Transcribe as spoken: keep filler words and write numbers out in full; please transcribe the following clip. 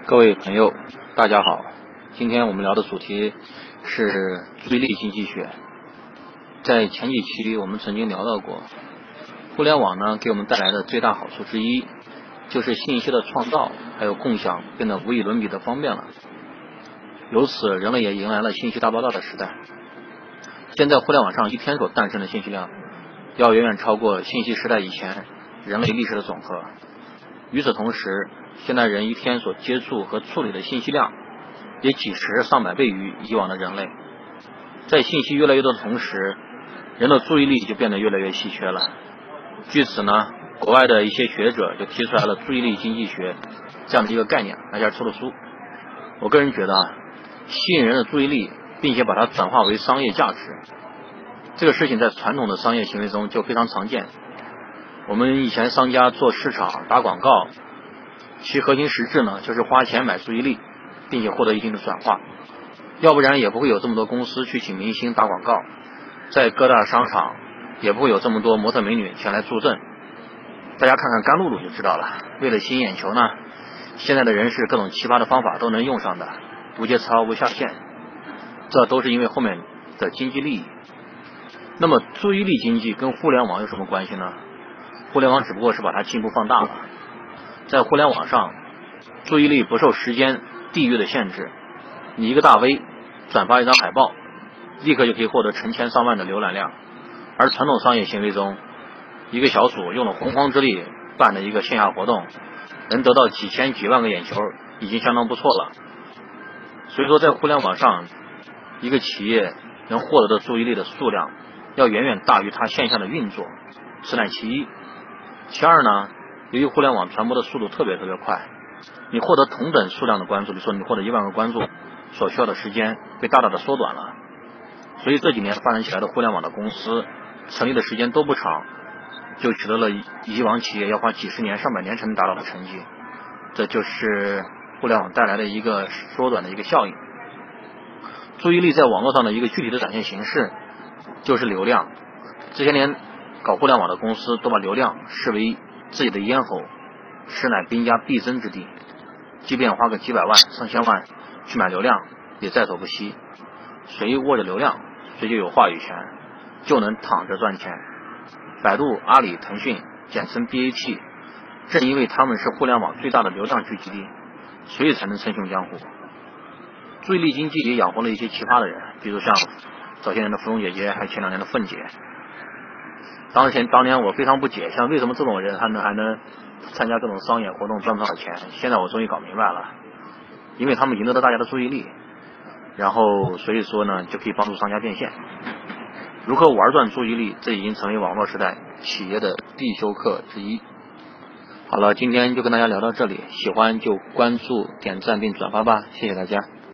各位朋友，大家好。今天我们聊的主题是注意力经济学。在前几期我们曾经聊到过，互联网呢给我们带来的最大好处之一，就是信息的创造还有共享变得无与伦比的方便了。由此，人类也迎来了信息大爆炸的时代。现在互联网上一天所诞生的信息量，要远远超过信息时代以前人类历史的总和。与此同时，现代人一天所接触和处理的信息量，也几十上百倍于以往的人类。在信息越来越多的同时，人的注意力就变得越来越稀缺了。据此呢，国外的一些学者就提出来了注意力经济学这样的一个概念，而且出了书。我个人觉得，吸引人的注意力，并且把它转化为商业价值，这个事情在传统的商业行为中就非常常见。我们以前商家做市场打广告，其核心实质呢，就是花钱买注意力，并且获得一定的转化，要不然也不会有这么多公司去请明星打广告，在各大商场也不会有这么多模特美女前来助阵。大家看看甘露露就知道了，为了吸引眼球呢，现在的人是各种奇葩的方法都能用上的，无节操无下限，这都是因为后面的经济利益。那么注意力经济跟互联网有什么关系呢？互联网只不过是把它进一步放大了。在互联网上，注意力不受时间、地域的限制，你一个大 V 转发一张海报，立刻就可以获得成千上万的浏览量。而传统商业行为中，一个小组用了洪荒之力办的一个线下活动，能得到几千几万个眼球，已经相当不错了。所以说，在互联网上，一个企业能获得的注意力的数量，要远远大于它线下的运作，此乃其一。其二呢，由于互联网传播的速度特别特别快，你获得同等数量的关注，比如说你获得一万个关注，所需要的时间被大大的缩短了。所以这几年发展起来的互联网的公司，成立的时间都不长，就取得了以往企业要花几十年上百年才能达到的成绩。这就是互联网带来的一个缩短的一个效应。注意力在网络上的一个具体的展现形式就是流量。这些年搞互联网的公司都把流量视为自己的咽喉，实乃兵家必争之地，即便花个几百万上千万去买流量也在所不惜。谁握着流量，谁就有话语权，就能躺着赚钱。百度、阿里、腾讯简称 B A T， 正因为他们是互联网最大的流量聚集地，所以才能称雄江湖。注意力经济也养活了一些奇葩的人，比如像早些年的芙蓉姐姐，还有前两年的凤姐。当前当年我非常不解，像为什么这种人还能还能参加各种商业活动赚不少钱？现在我终于搞明白了，因为他们赢得了大家的注意力，然后所以说呢，就可以帮助商家变现。如何玩转注意力，这已经成为网络时代企业的必修课之一。好了，今天就跟大家聊到这里，喜欢就关注、点赞并转发吧，谢谢大家。